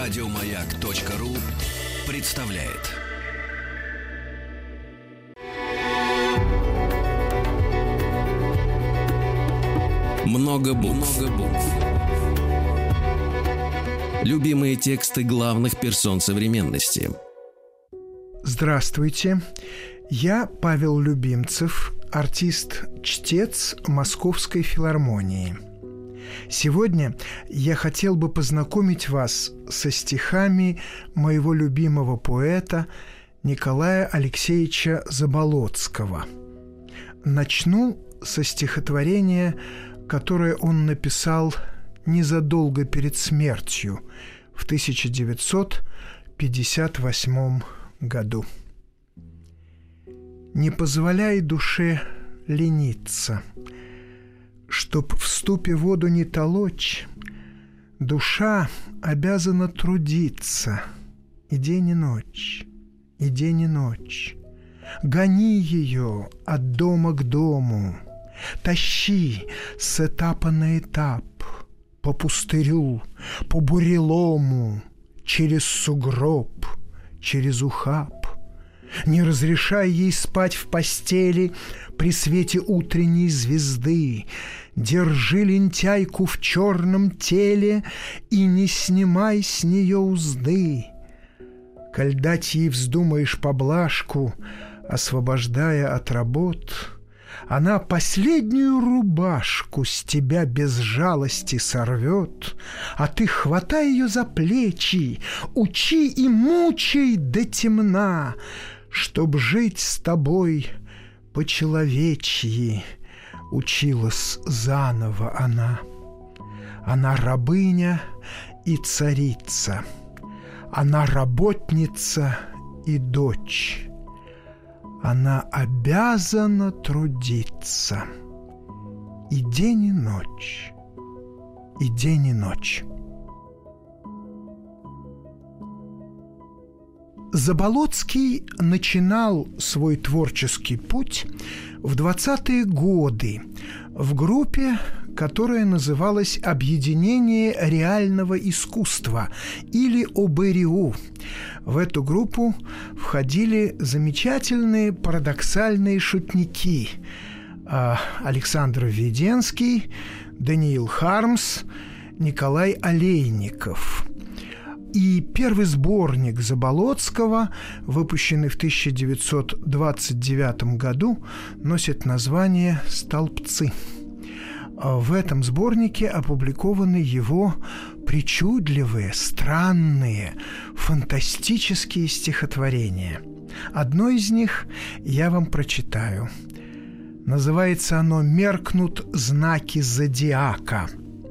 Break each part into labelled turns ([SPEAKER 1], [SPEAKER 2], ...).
[SPEAKER 1] Радиомаяк.ру представляет. Много букв. Любимые тексты главных персон современности.
[SPEAKER 2] Здравствуйте, я Павел Любимцев, артист-чтец Московской филармонии. Сегодня я хотел бы познакомить вас со стихами моего любимого поэта Николая Алексеевича Заболоцкого. Начну со стихотворения, которое он написал незадолго перед смертью в 1958 году. «Не позволяй душе лениться, чтоб в ступе воду не толочь, душа обязана трудиться и день, и ночь, и день, и ночь. Гони ее от дома к дому, тащи с этапа на этап, по пустырю, по бурелому, через сугроб, через ухаб. Не разрешай ей спать в постели при свете утренней звезды. Держи лентяйку в черном теле и не снимай с нее узды. Коль дать ей вздумаешь поблажку, освобождая от работ, она последнюю рубашку с тебя без жалости сорвет, а ты хватай ее за плечи, учи и мучай до темна, чтоб жить с тобой по-человечьи училась заново она. Она рабыня и царица, она работница и дочь. Она обязана трудиться и день, и ночь, и день, и ночь». Заболоцкий начинал свой творческий путь в 20-е годы в группе, которая называлась «Объединение реального искусства» или ОБРИУ. В эту группу входили замечательные парадоксальные шутники Александр Введенский, Даниил Хармс, Николай Олейников. И первый сборник Заболоцкого, выпущенный в 1929 году, носит название «Столбцы». В этом сборнике опубликованы его причудливые, странные, фантастические стихотворения. Одно из них я вам прочитаю. Называется оно «Меркнут знаки зодиака».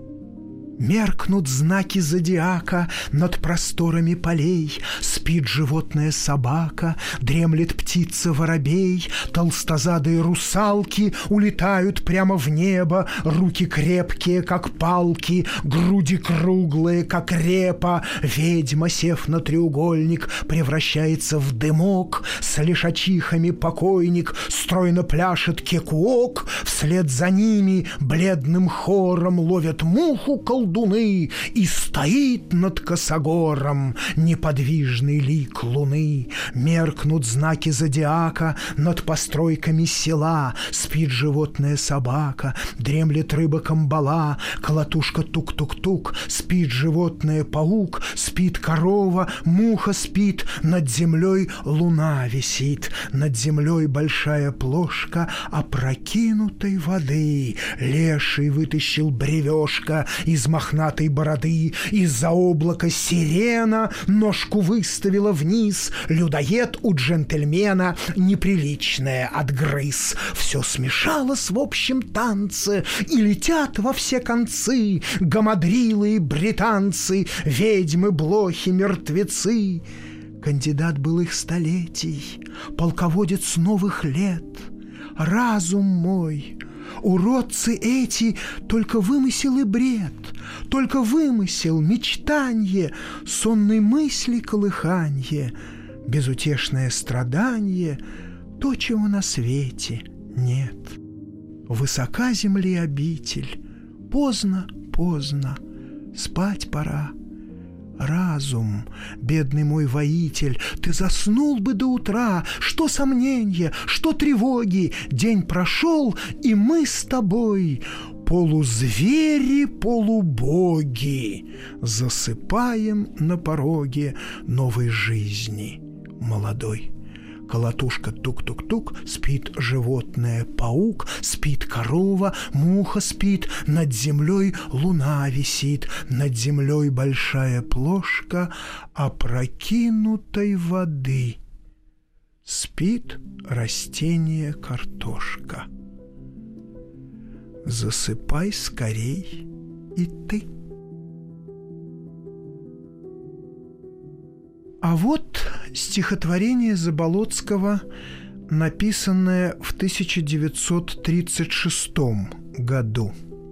[SPEAKER 2] Меркнут знаки зодиака над просторами полей, спит животная собака, дремлет птица воробей, толстозадые русалки улетают прямо в небо, руки крепкие, как палки, груди круглые, как репа, ведьма, сев на треугольник, превращается в дымок, с лишачихами покойник стройно пляшет кекуок, вслед за ними бледным хором ловят муху колдуны, и стоит над косогором неподвижный лик луны. Меркнут знаки зодиака над постройками села, спит животная собака, дремлет рыба камбала, колотушка тук-тук-тук, спит животное паук, спит корова, муха спит, над землей луна висит, над землей большая плошка опрокинутой воды. Леший вытащил бревешко из мохнатой бороды, из-за облака сирена ножку выставила вниз, людоед у джентльмена неприличное отгрыз. Все смешалось в общем танце, и летят во все концы гамадрилы и британцы, ведьмы, блохи, мертвецы. Кандидат былых столетий, полководец новых лет, разум мой, уродцы эти только вымысел и бред, только вымысел, мечтанье, сонной мысли колыханье, безутешное страданье, то, чего на свете нет. Высока земли обитель, поздно, поздно, спать пора. Разум, бедный мой воитель, ты заснул бы до утра. Что сомнения, что тревоги, день прошел, и мы с тобой, полузвери, полубоги, засыпаем на пороге новой жизни молодой. Колотушка тук-тук-тук, спит животное паук, спит корова, муха спит, над землей луна висит, над землей большая плошка опрокинутой воды. Спит растение картошка. Засыпай скорей и ты. А вот стихотворение Заболоцкого, написанное в 1936 году.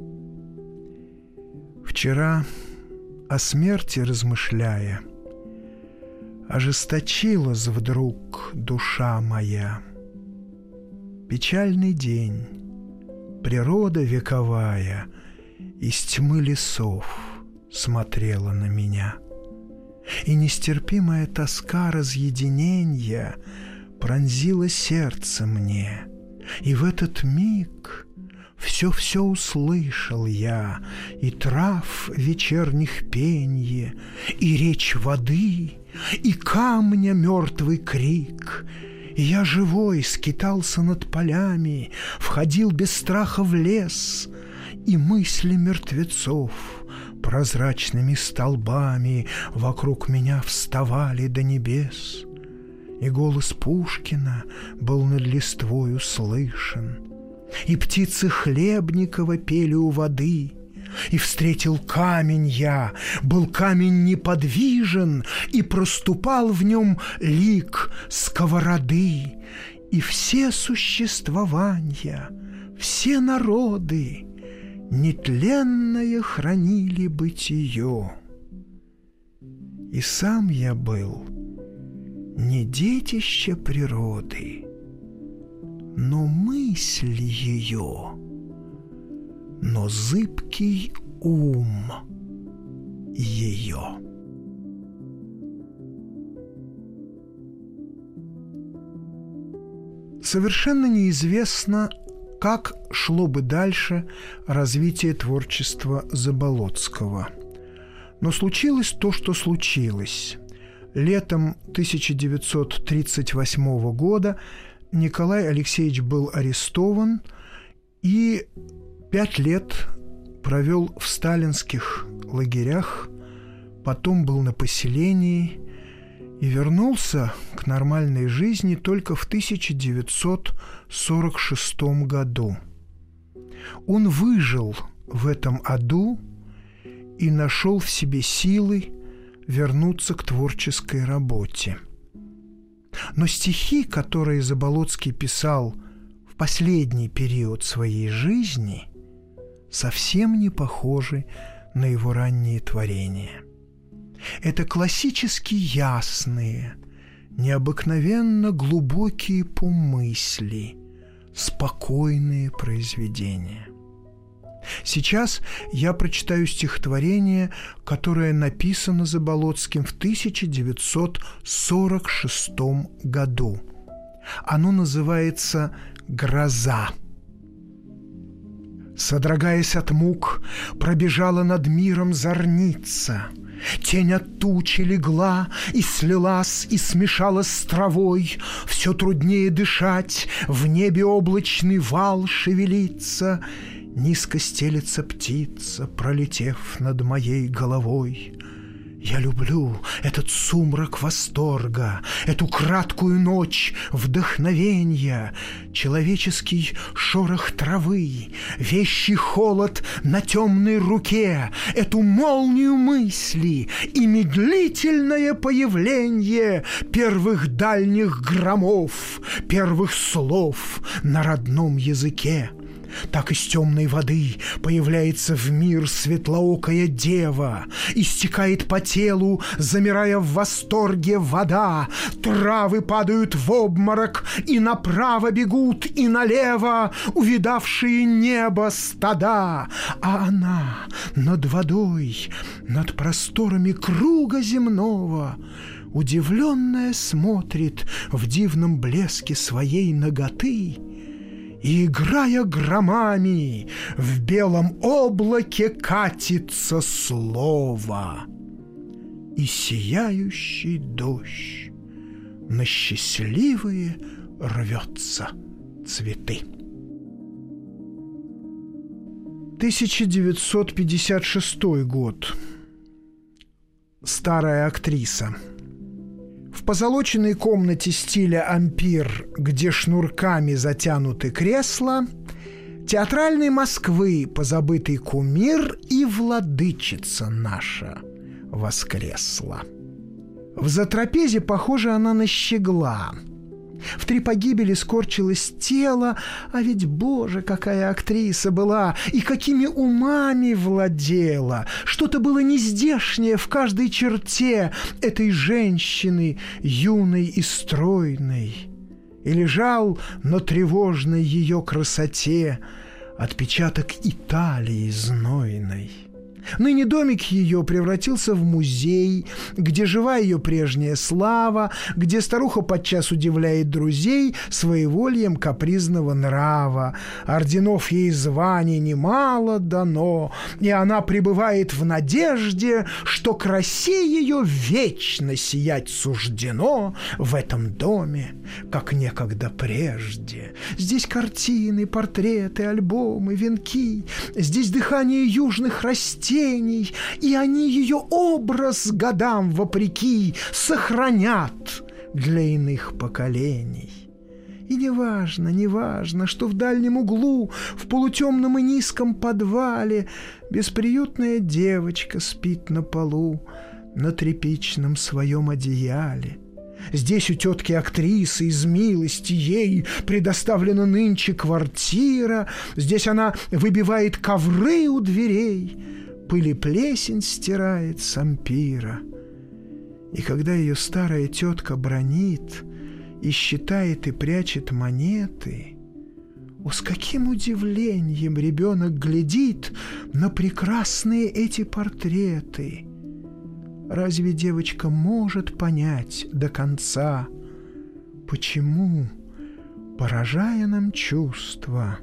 [SPEAKER 2] Вчера, о смерти размышляя, ожесточилась вдруг душа моя. Печальный день, природа вековая из тьмы лесов смотрела на меня. И нестерпимая тоска разъединения пронзила сердце мне. И в этот миг все услышал я, и трав вечерних пенье, и речь воды, и камня мертвый крик. И я живой скитался над полями, входил без страха в лес, и мысли мертвецов прозрачными столбами вокруг меня вставали до небес, и голос Пушкина был над листвою слышен, и птицы Хлебникова пели у воды, и встретил камень я, был камень неподвижен, и проступал в нем лик сковороды, и все существования, все народы нетленное хранили бытие. И сам я был не детище природы, но мысль ее, но зыбкий ум ее. Совершенно неизвестно, как шло бы дальше развитие творчества Заболоцкого. Но случилось то, что случилось. Летом 1938 года Николай Алексеевич был арестован и 5 лет провел в сталинских лагерях, потом был на поселении и вернулся к нормальной жизни только в 1946 году. Он выжил в этом аду и нашел в себе силы вернуться к творческой работе. Но стихи, которые Заболоцкий писал в последний период своей жизни, совсем не похожи на его ранние творения. Это классически ясные, необыкновенно глубокие помысли, спокойные произведения. Сейчас я прочитаю стихотворение, которое написано Заболоцким в 1946 году. Оно называется «Гроза». Содрогаясь от мук, пробежала над миром зорница. Тень от тучи легла и слилась, и смешалась с травой. Все труднее дышать, в небе облачный вал шевелится. Низко стелется птица, пролетев над моей головой. Я люблю этот сумрак восторга, эту краткую ночь вдохновенья, человеческий шорох травы, вещий холод на темной руке, эту молнию мысли и медлительное появление первых дальних громов, первых слов на родном языке. Так из темной воды появляется в мир светлоокая дева, истекает по телу, замирая в восторге вода, травы падают в обморок, и направо бегут, и налево увидавшие небо стада, а она над водой, над просторами круга земного, удивленная смотрит в дивном блеске своей наготы и, играя громами, в белом облаке катится слово, и сияющий дождь на счастливые рвется цветы. 1956 год. Старая актриса. В позолоченной комнате стиля ампир, где шнурками затянуты кресла, театральной Москвы позабытый кумир и владычица наша воскресла. В затрапезе похожа она на щегла. В 3 погибели скорчилось тело, а ведь, Боже, какая актриса была и какими умами владела! Что-то было нездешнее в каждой черте этой женщины, юной и стройной. И лежал на тревожной ее красоте отпечаток Италии знойной. Ныне домик ее превратился в музей, где жива ее прежняя слава, где старуха подчас удивляет друзей своевольем капризного нрава. Орденов ей званий немало дано, и она пребывает в надежде, что красе ее вечно сиять суждено в этом доме, как некогда прежде. Здесь картины, портреты, альбомы, венки, здесь дыхание южных растений, и они ее образ годам вопреки сохранят для иных поколений. И неважно, что в дальнем углу, в полутемном и низком подвале бесприютная девочка спит на полу на тряпичном своем одеяле. Здесь у тетки-актрисы из милости ей предоставлена нынче квартира, здесь она выбивает ковры у дверей, пыль и плесень стирает с ампира. И когда ее старая тетка бранит и считает и прячет монеты, о, с каким удивлением ребенок глядит на прекрасные эти портреты! Разве девочка может понять до конца, почему, поражая нам чувства,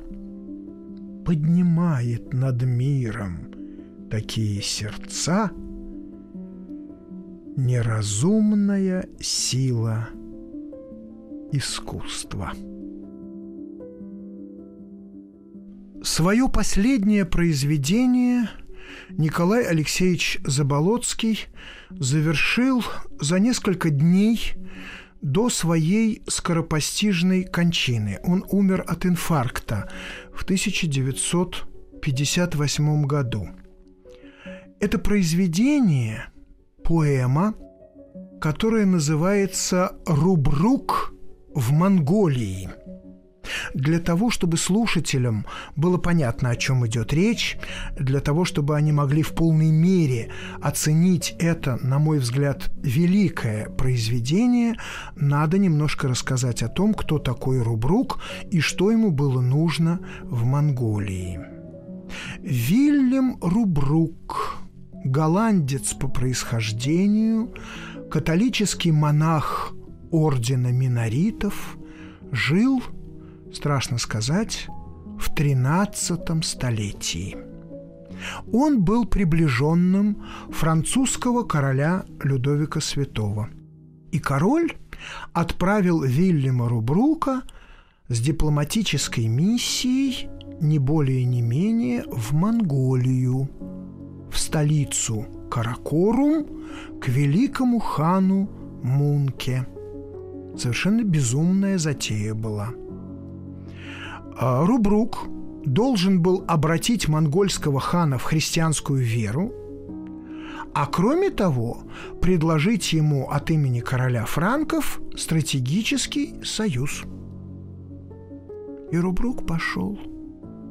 [SPEAKER 2] поднимает над миром такие сердца неразумная сила искусства? Свое последнее произведение Николай Алексеевич Заболоцкий завершил за несколько дней до своей скоропостижной кончины. Он умер от инфаркта в 1958 году. Это произведение, поэма, которая называется «Рубрук в Монголии». Для того, чтобы слушателям было понятно, о чем идет речь, для того, чтобы они могли в полной мере оценить это, на мой взгляд, великое произведение, надо немножко рассказать о том, кто такой Рубрук и что ему было нужно в Монголии. Вильям Рубрук, голландец по происхождению, католический монах ордена миноритов, жил, страшно сказать, в XIII столетии. Он был приближенным французского короля Людовика Святого. И король отправил Вильяма Рубрука с дипломатической миссией не более не менее в Монголию, в столицу Каракорум, к великому хану Мунке. Совершенно безумная затея была. Рубрук должен был обратить монгольского хана в христианскую веру, а кроме того предложить ему от имени короля франков стратегический союз. И Рубрук пошел.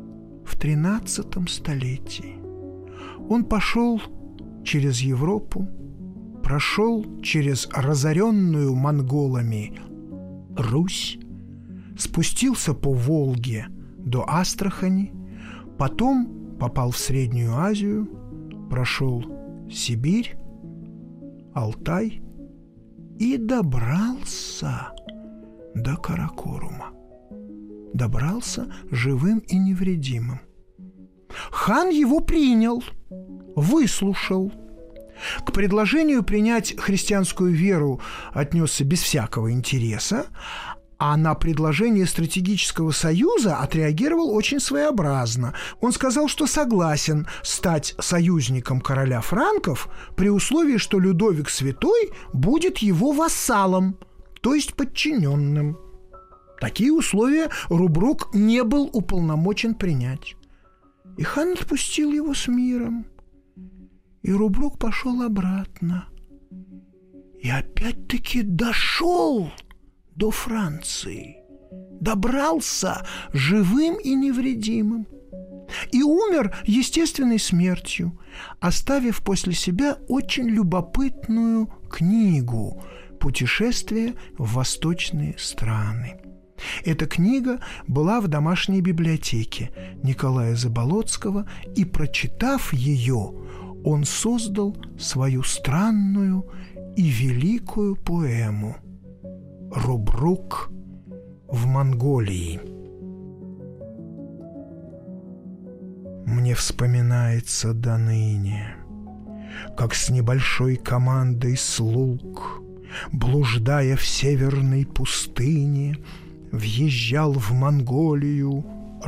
[SPEAKER 2] в XIII столетии. Он пошел через Европу, прошел через разоренную монголами Русь, спустился по Волге до Астрахани, потом попал в Среднюю Азию, прошел Сибирь, Алтай и добрался до Каракорума. Добрался живым и невредимым. Хан его принял, выслушал. К предложению принять христианскую веру отнесся без всякого интереса, а на предложение стратегического союза отреагировал очень своеобразно. Он сказал, что согласен стать союзником короля франков при условии, что Людовик Святой будет его вассалом, то есть подчиненным. Такие условия Рубрук не был уполномочен принять. И хан отпустил его с миром. И Рубрук пошел обратно. И опять-таки дошел до Франции. Добрался живым и невредимым. И умер естественной смертью, оставив после себя очень любопытную книгу «Путешествие в восточные страны». Эта книга была в домашней библиотеке Николая Заболоцкого, и, прочитав ее, он создал свою странную и великую поэму «Рубрук в Монголии». Мне вспоминается доныне, как с небольшой командой слуг, блуждая в северной пустыне, въезжал в Монголию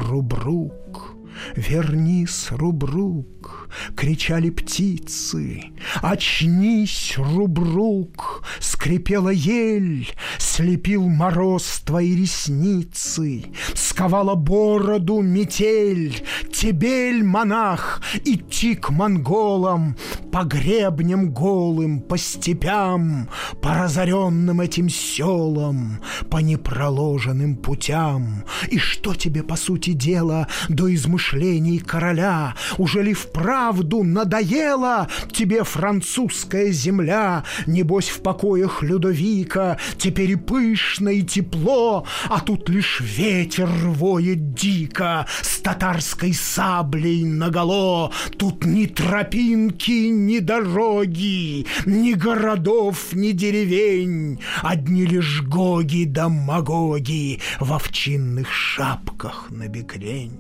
[SPEAKER 2] Рубрук. «Вернись, Рубрук!» — кричали птицы. «Очнись, Рубрук!» — скрипела ель, слепил мороз твои ресницы, сковала бороду метель. Тебель, монах, идти к монголам, по гребням голым, по степям, по разоренным этим селам, по непроложенным путям. И что тебе, по сути дела, до измышлений короля? Уже ли вправду надоела тебе французская земля? Небось, в покоях Людовика теперь и пышно, и тепло, а тут лишь ветер воет дико с татарской саблей наголо. Тут ни тропинки, ни дороги, ни городов, ни деревень, одни лишь гоги да магоги в овчинных шапках на бекрень.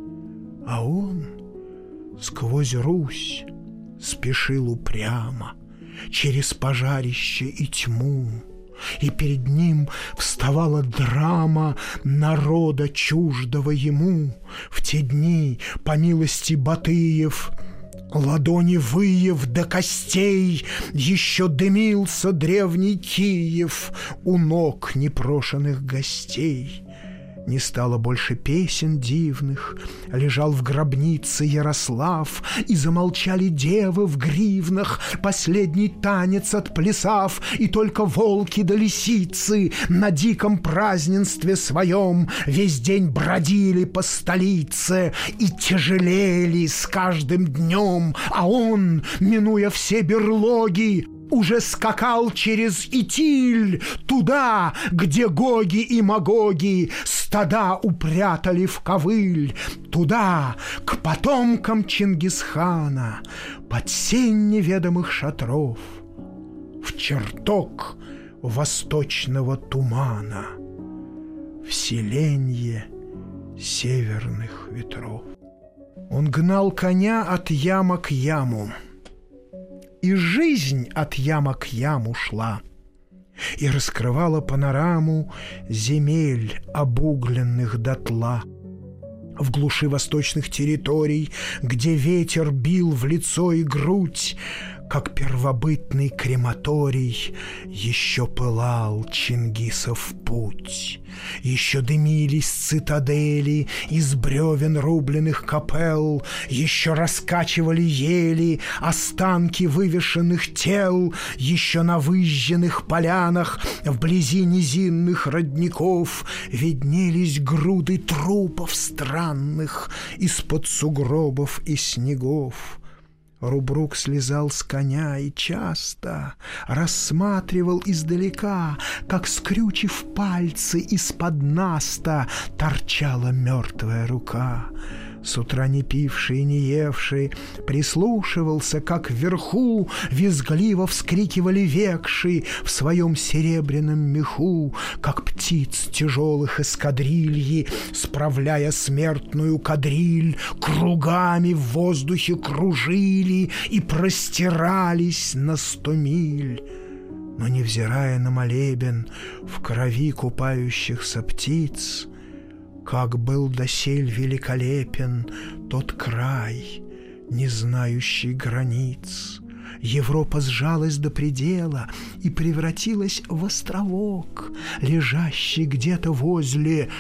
[SPEAKER 2] А он сквозь Русь спешил упрямо через пожарище и тьму, и перед ним вставала драма народа чуждого ему. В те дни, по милости Батыев, ладони выев до костей, еще дымился древний Киев у ног непрошенных гостей. Не стало больше песен дивных, лежал в гробнице Ярослав, и замолчали девы в гривнах, последний танец отплясав, и только волки да лисицы на диком празднестве своем весь день бродили по столице и тяжелели с каждым днем, а он, минуя все берлоги, уже скакал через Итиль, туда, где гоги и магоги стада упрятали в ковыль, туда, к потомкам Чингисхана, под сень неведомых шатров, в чертог восточного тумана, в селенье северных ветров. Он гнал коня от яма к яму, и жизнь от яма к яму шла, и раскрывала панораму земель, обугленных дотла. В глуши восточных территорий, где ветер бил в лицо и грудь, как первобытный крематорий, еще пылал Чингисов путь, еще дымились цитадели из бревен рубленых капел, еще раскачивали ели останки вывешенных тел, еще на выжженных полянах вблизи низинных родников виднелись груды трупов странных из-под сугробов и снегов. Рубрук слезал с коня и часто рассматривал издалека, как, скрючив пальцы, из-под наста торчала мертвая рука. С утра не пивший и не евший прислушивался, как вверху визгливо вскрикивали векши в своем серебряном меху, как птиц тяжелых эскадрильи, справляя смертную кадриль, кругами в воздухе кружили и простирались на 100 миль. Но, невзирая на молебен в крови купающихся птиц, как был досель великолепен тот край, не знающий границ. Европа сжалась до предела и превратилась в островок, лежащий где-то возле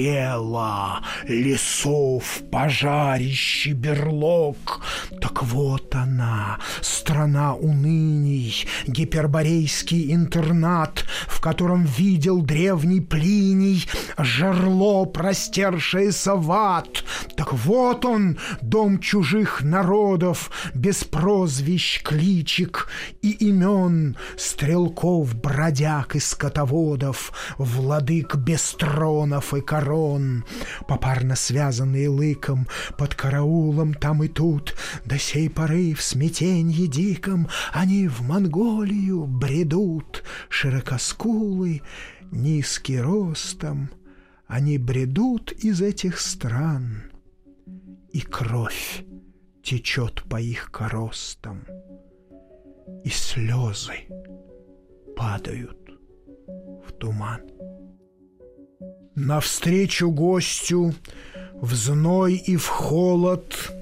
[SPEAKER 2] тела лесов, пожарищий берлог. Так вот она, страна уныний, гиперборейский интернат, в котором видел древний Плиний жерло, простершееся в ад. Так вот он, дом чужих народов, без прозвищ, кличек и имен, стрелков, бродяг и скотоводов, владык без тронов и корон, попарно связанные лыком под караулом там и тут. До сей поры в смятенье диком они в Монголию бредут, широкоскулы, низкий ростом. Они бредут из этих стран, и кровь течет по их коростам, и слезы падают в туман. Навстречу гостю в зной и в холод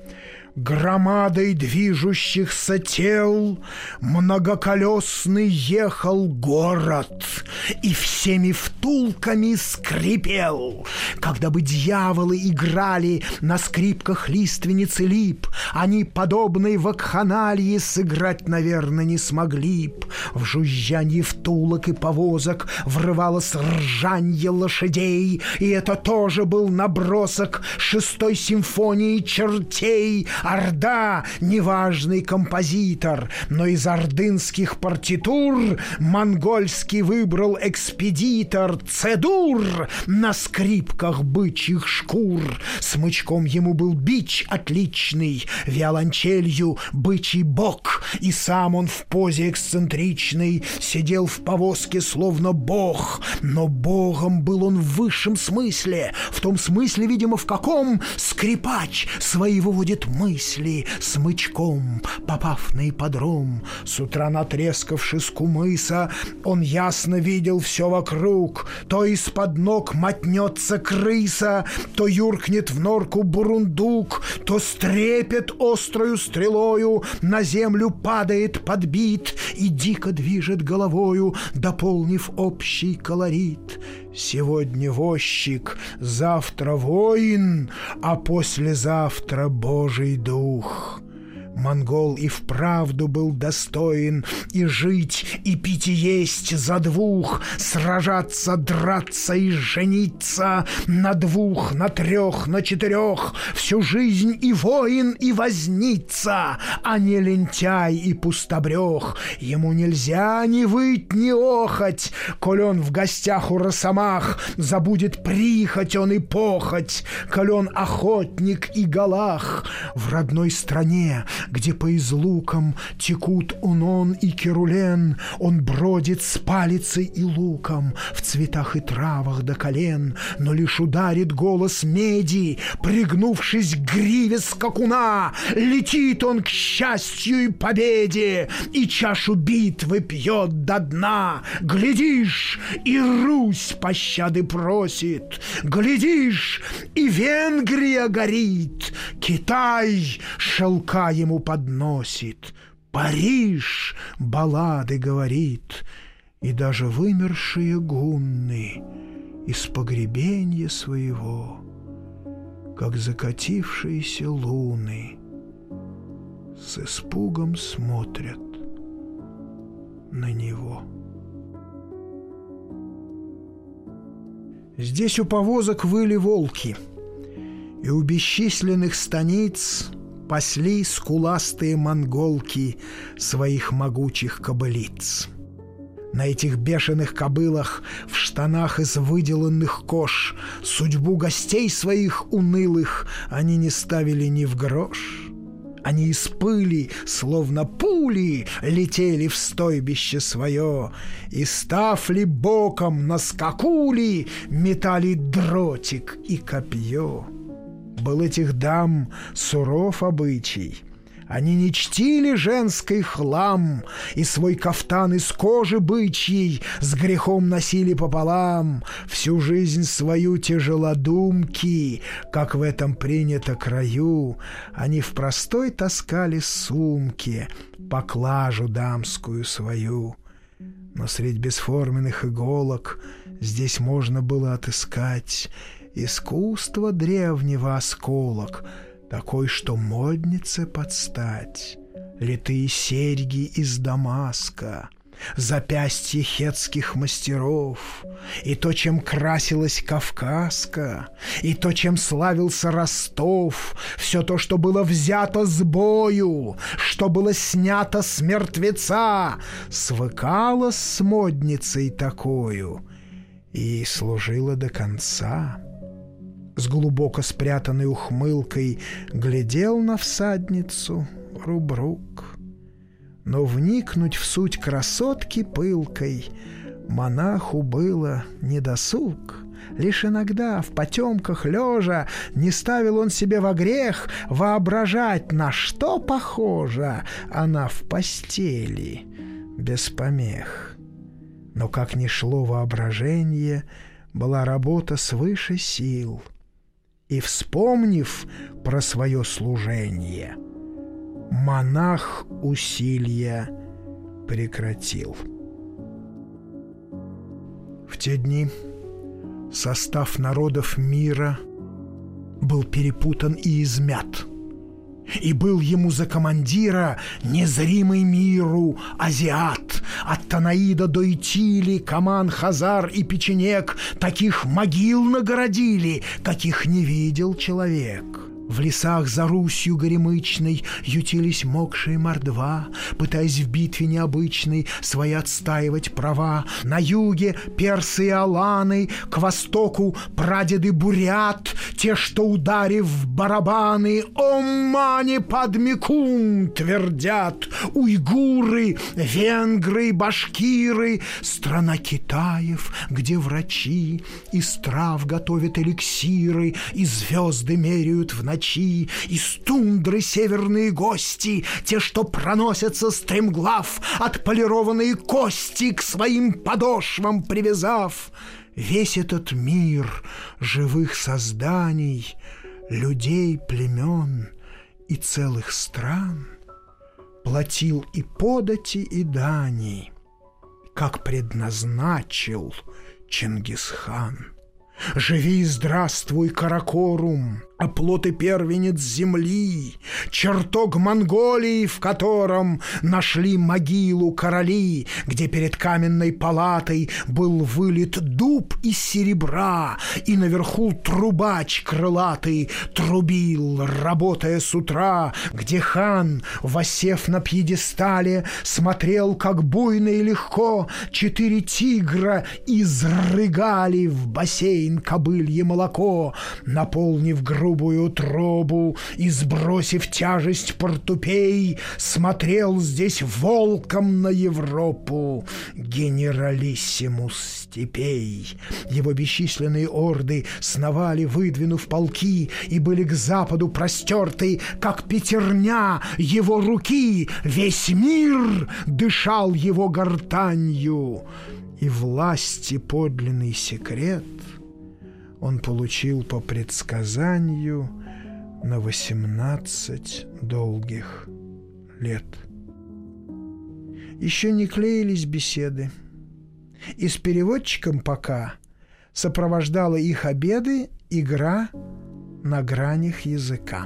[SPEAKER 2] громадой движущихся тел многоколесный ехал город и всеми втулками скрипел. Когда бы дьяволы играли на скрипках лиственницы лип, они, подобные вакханалии, сыграть, наверное, не смогли б. В жужжанье втулок и повозок врывалось ржанье лошадей, и это тоже был набросок 6-й симфонии чертей. Орда — неважный композитор, но из ордынских партитур монгольский выбрал экспедитор Цедур на скрипках бычьих шкур. Смычком ему был бич отличный, виолончелью бычий бок, и сам он в позе эксцентричной сидел в повозке словно бог. Но богом был он в высшем смысле, в том смысле, видимо, в каком скрипач свои выводит мысли смычком, попав на ипподром. С утра натрескавши с кумыса, он ясно видел все вокруг. То из-под ног мотнется крыса, то юркнет в норку бурундук, то стрепет острою стрелою, на землю падает подбит и дико движет головою, дополнив общий колорит. Сегодня возчик, завтра воин, а послезавтра Божий дух. Монгол и вправду был достоин и жить, и пить, и есть за двух, сражаться, драться и жениться на 2, на 3, на 4, всю жизнь и воин, и возница, а не лентяй и пустобрех. Ему нельзя ни выть, ни охоть, коль он в гостях у росомах забудет прихоть он и похоть, коль он охотник и галах. В родной стране, где по излукам текут Унон и Керулен, он бродит с палицей и луком в цветах и травах до колен, но лишь ударит голос меди, пригнувшись к гриве скакуна, летит он к счастью и победе, и чашу битвы пьет до дна. Глядишь, и Русь пощады просит, глядишь, и Венгрия горит, Китай шелка ему подносит. Париж баллады говорит, и даже вымершие гунны из погребенья своего, как закатившиеся луны, с испугом смотрят на него. Здесь у повозок выли волки, и у бесчисленных станиц пасли скуластые монголки своих могучих кобылиц. На этих бешеных кобылах в штанах из выделанных кож судьбу гостей своих унылых они не ставили ни в грош. Они из пыли, словно пули, летели в стойбище свое, и, став ли боком на скакули, метали дротик и копье. Был этих дам суров обычай. Они не чтили женский хлам, и свой кафтан из кожи бычьей с грехом носили пополам. Всю жизнь свою тяжелодумки, как в этом принято краю, они в простой таскали сумки, поклажу дамскую свою. Но средь бесформенных иголок здесь можно было отыскать искусство древнего осколок, такой, что моднице подстать, литые серьги из Дамаска, запястье хетских мастеров, и то, чем красилась Кавказка, и то, чем славился Ростов, все то, что было взято с бою, что было снято с мертвеца, свыкалось с модницей такою и служило до конца. С глубоко спрятанной ухмылкой глядел на всадницу Рубрук. Но вникнуть в суть красотки пылкой монаху было недосуг. Лишь иногда в потемках лежа не ставил он себе во грех воображать, на что похожа она в постели без помех. Но как ни шло воображение, была работа свыше сил. И, вспомнив про свое служение, монах усилия прекратил. В те дни состав народов мира был перепутан и измят, и был ему за командира незримый миру азиат. От Танаида до Итили, Каман, Хазар и Печенек таких могил нагородили, каких не видел человек. В лесах за Русью горемычной ютились мокшие мордва, пытаясь в битве необычной свои отстаивать права. На юге персы и аланы, к востоку прадеды бурят, те, что, ударив в барабаны, «Ом мани падме кум» твердят. Уйгуры, венгры, башкиры, страна Китаев, где врачи из трав готовят эликсиры и звезды меряют в ночи. Из тундры северные гости, те, что проносятся стремглав, отполированные кости к своим подошвам привязав. Весь этот мир живых созданий, людей, племен и целых стран платил и подати, и дани, как предназначил Чингисхан. Живи и здравствуй, Каракорум, оплот и первенец земли, чертог Монголии, в котором нашли могилу короли, где перед каменной палатой был вылит дуб из серебра, и наверху трубач крылатый трубил, работая с утра, где хан, воссев на пьедестале, смотрел, как буйно и легко 4 тигра изрыгали в бассейн кобылье молоко, наполнив грубую утробу и сбросив тяжесть портупей, смотрел здесь волком на Европу генералиссимус степей. Его бесчисленные орды сновали, выдвинув полки, и были к западу простерты, как пятерня его руки. Весь мир дышал его гортанью, и власти подлинный секрет он получил по предсказанию на 18 долгих лет. еще не клеились беседы. И с переводчиком пока сопровождала их обеды игра на гранях языка.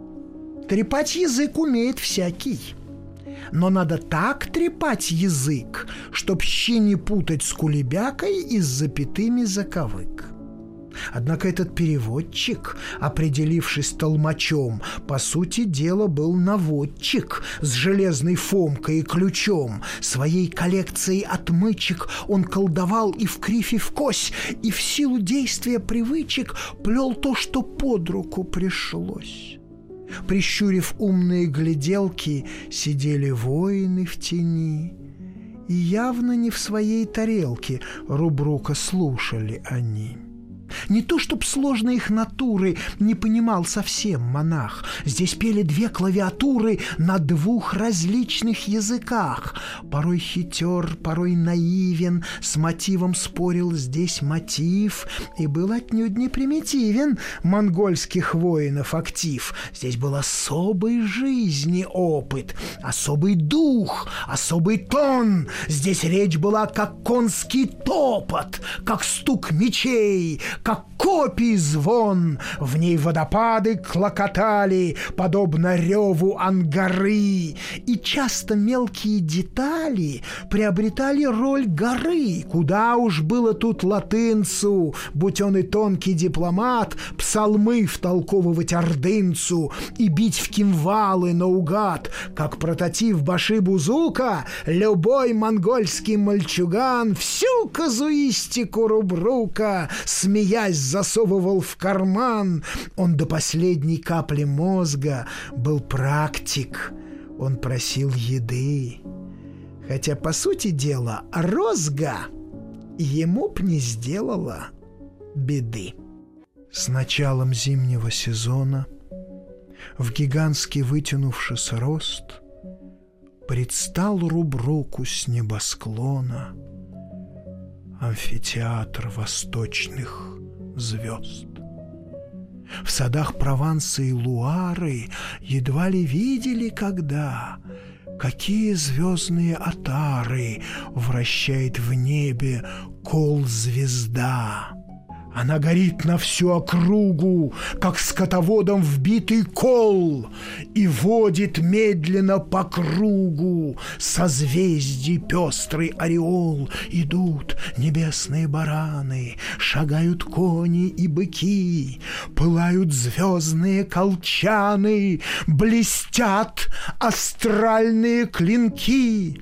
[SPEAKER 2] Трепать язык умеет всякий, но надо так трепать язык, чтоб щи не путать с кулебякой и с запятыми заковык. Однако этот переводчик, определившись толмачом, по сути дела был наводчик с железной фомкой и ключом. Своей коллекцией отмычек он колдовал и в кривь, и в кось, и в силу действия привычек плел то, что под руку пришлось. Прищурив умные гляделки, сидели воины в тени, и явно не в своей тарелке Рубрука слушали они. Не то, чтоб сложной их натуры не понимал совсем монах. Здесь пели две клавиатуры на двух различных языках. Порой хитер, порой наивен, с мотивом спорил здесь мотив, и был отнюдь не примитивен монгольских воинов актив. Здесь был особой жизни опыт, особый дух, особый тон. Здесь речь была как конский топот, как стук мечей, как копий звон. В ней водопады клокотали, подобно реву ангары, и часто мелкие детали приобретали роль горы. Куда уж было тут латынцу, будь он и тонкий дипломат, псалмы втолковывать ордынцу и бить в кимвалы наугад, как прототип Баши-Бузука, любой монгольский мальчуган всю казуистику Рубрука, смеясь, засовывал в карман. Он до последней капли мозга был практик. Он просил еды. Хотя, по сути дела, розга ему б не сделала беды. С началом зимнего сезона в гигантский вытянувшийся рост предстал Рубруку с небосклона амфитеатр восточных звезд. В садах Прованса и Луары едва ли видели когда, какие звездные отары вращает в небе кол-звезда. Она горит на всю округу, как скотоводом вбитый кол, и водит медленно по кругу созвездий пестрый ореол. Идут небесные бараны, шагают кони и быки, пылают звездные колчаны, блестят астральные клинки.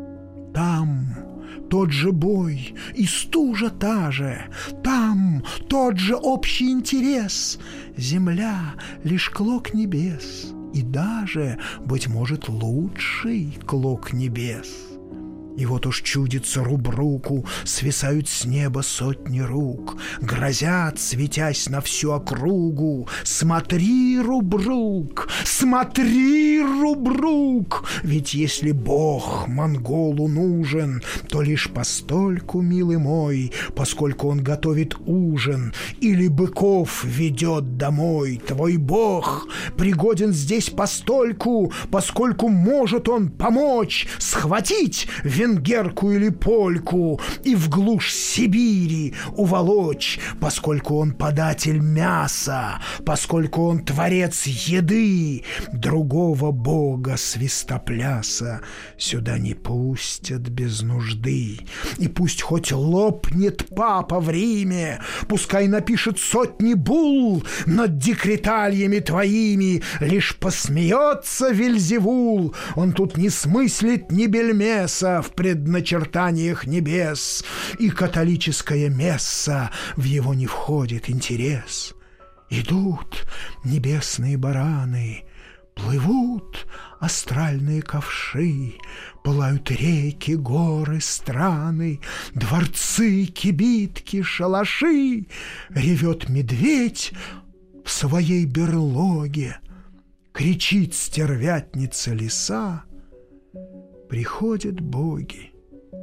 [SPEAKER 2] Там тот же бой и стужа та же, там тот же общий интерес. Земля — лишь клок небес, и даже, быть может, лучший клок небес. И вот уж чудится Рубруку, свисают с неба сотни рук, грозят, светясь на всю округу: «Смотри, Рубрук, смотри, Рубрук! Ведь если Бог монголу нужен, то лишь постольку, милый мой, поскольку он готовит ужин или быков ведет домой. Твой Бог пригоден здесь постольку, поскольку может он помочь схватить венгерку или польку и в глушь Сибири уволочь, поскольку он податель мяса, поскольку он творец еды. Другого бога свистопляса сюда не пустят без нужды. И пусть хоть лопнет папа в Риме, пускай напишет сотни булл над декретальями твоими, лишь посмеется Вельзевул. Он тут не смыслит ни бельмеса в предначертаниях небес, и католическая месса в его не входит интерес. Идут небесные бараны, плывут астральные ковши, пылают реки, горы, страны, дворцы, кибитки, шалаши. Ревет медведь в своей берлоге, кричит стервятница лиса. Приходят боги,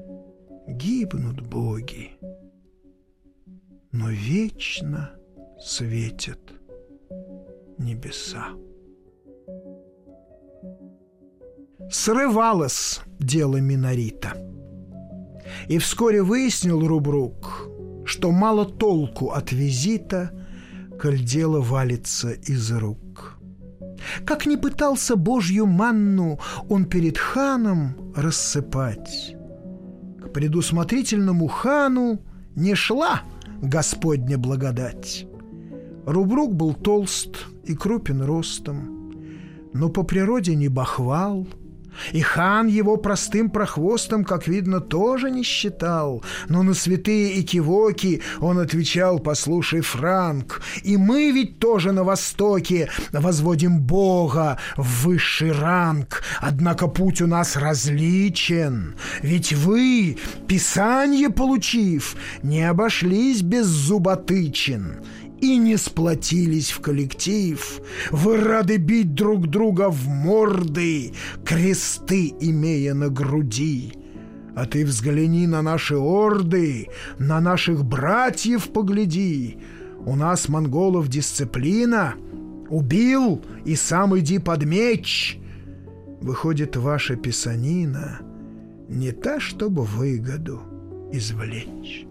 [SPEAKER 2] гибнут боги, но вечно светят небеса. Срывалось дело Минорита. И вскоре выяснил Рубрук, что мало толку от визита, коль дело валится из рук. Как ни пытался Божью манну он перед ханом рассыпать, к предусмотрительному хану не шла Господня благодать. Рубрук был толст и крупен ростом, но по природе не бахвал, и хан его простым прохвостом, как видно, тоже не считал. Но на святые экивоки он отвечал: «Послушай, Франк, и мы ведь тоже на Востоке возводим Бога в высший ранг. Однако путь у нас различен, ведь вы, Писанье получив, не обошлись без зуботычин и не сплотились в коллектив. Вы рады бить друг друга в морды, кресты имея на груди. А ты взгляни на наши орды, на наших братьев погляди. У нас, монголов, дисциплина. Убил и сам иди под меч. Выходит, ваша писанина не та, чтобы выгоду извлечь».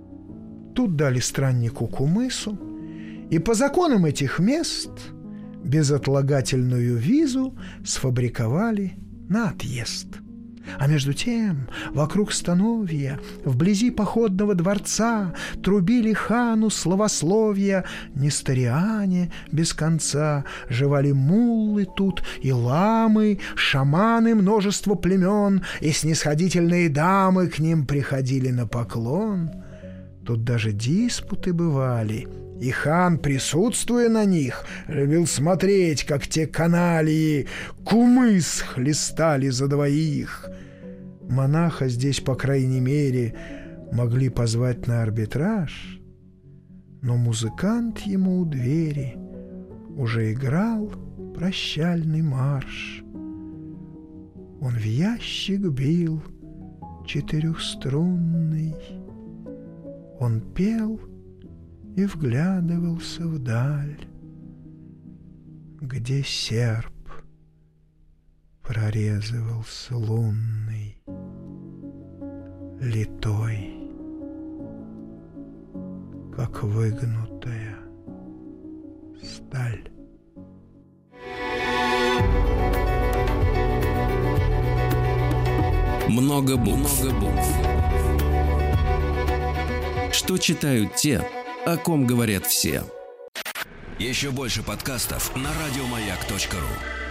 [SPEAKER 2] Тут дали страннику кумысу, и по законам этих мест безотлагательную визу сфабриковали на отъезд. А между тем вокруг становья, вблизи походного дворца, трубили хану славословия несториане без конца, жевали муллы тут и ламы, шаманы множество племен, и снисходительные дамы к ним приходили на поклон. Тут даже диспуты бывали, и хан, присутствуя на них, любил смотреть, как те каналии кумыс хлестали за двоих. Монаха здесь, по крайней мере, могли позвать на арбитраж, но музыкант ему у двери уже играл прощальный марш. Он в ящик бил четырехструнный, он пел и вглядывался вдаль, где серп прорезывался лунный, литой, как выгнутая сталь.
[SPEAKER 1] Много букв. Что читают те, о ком говорят все. Еще больше подкастов на радиомаяк.ру.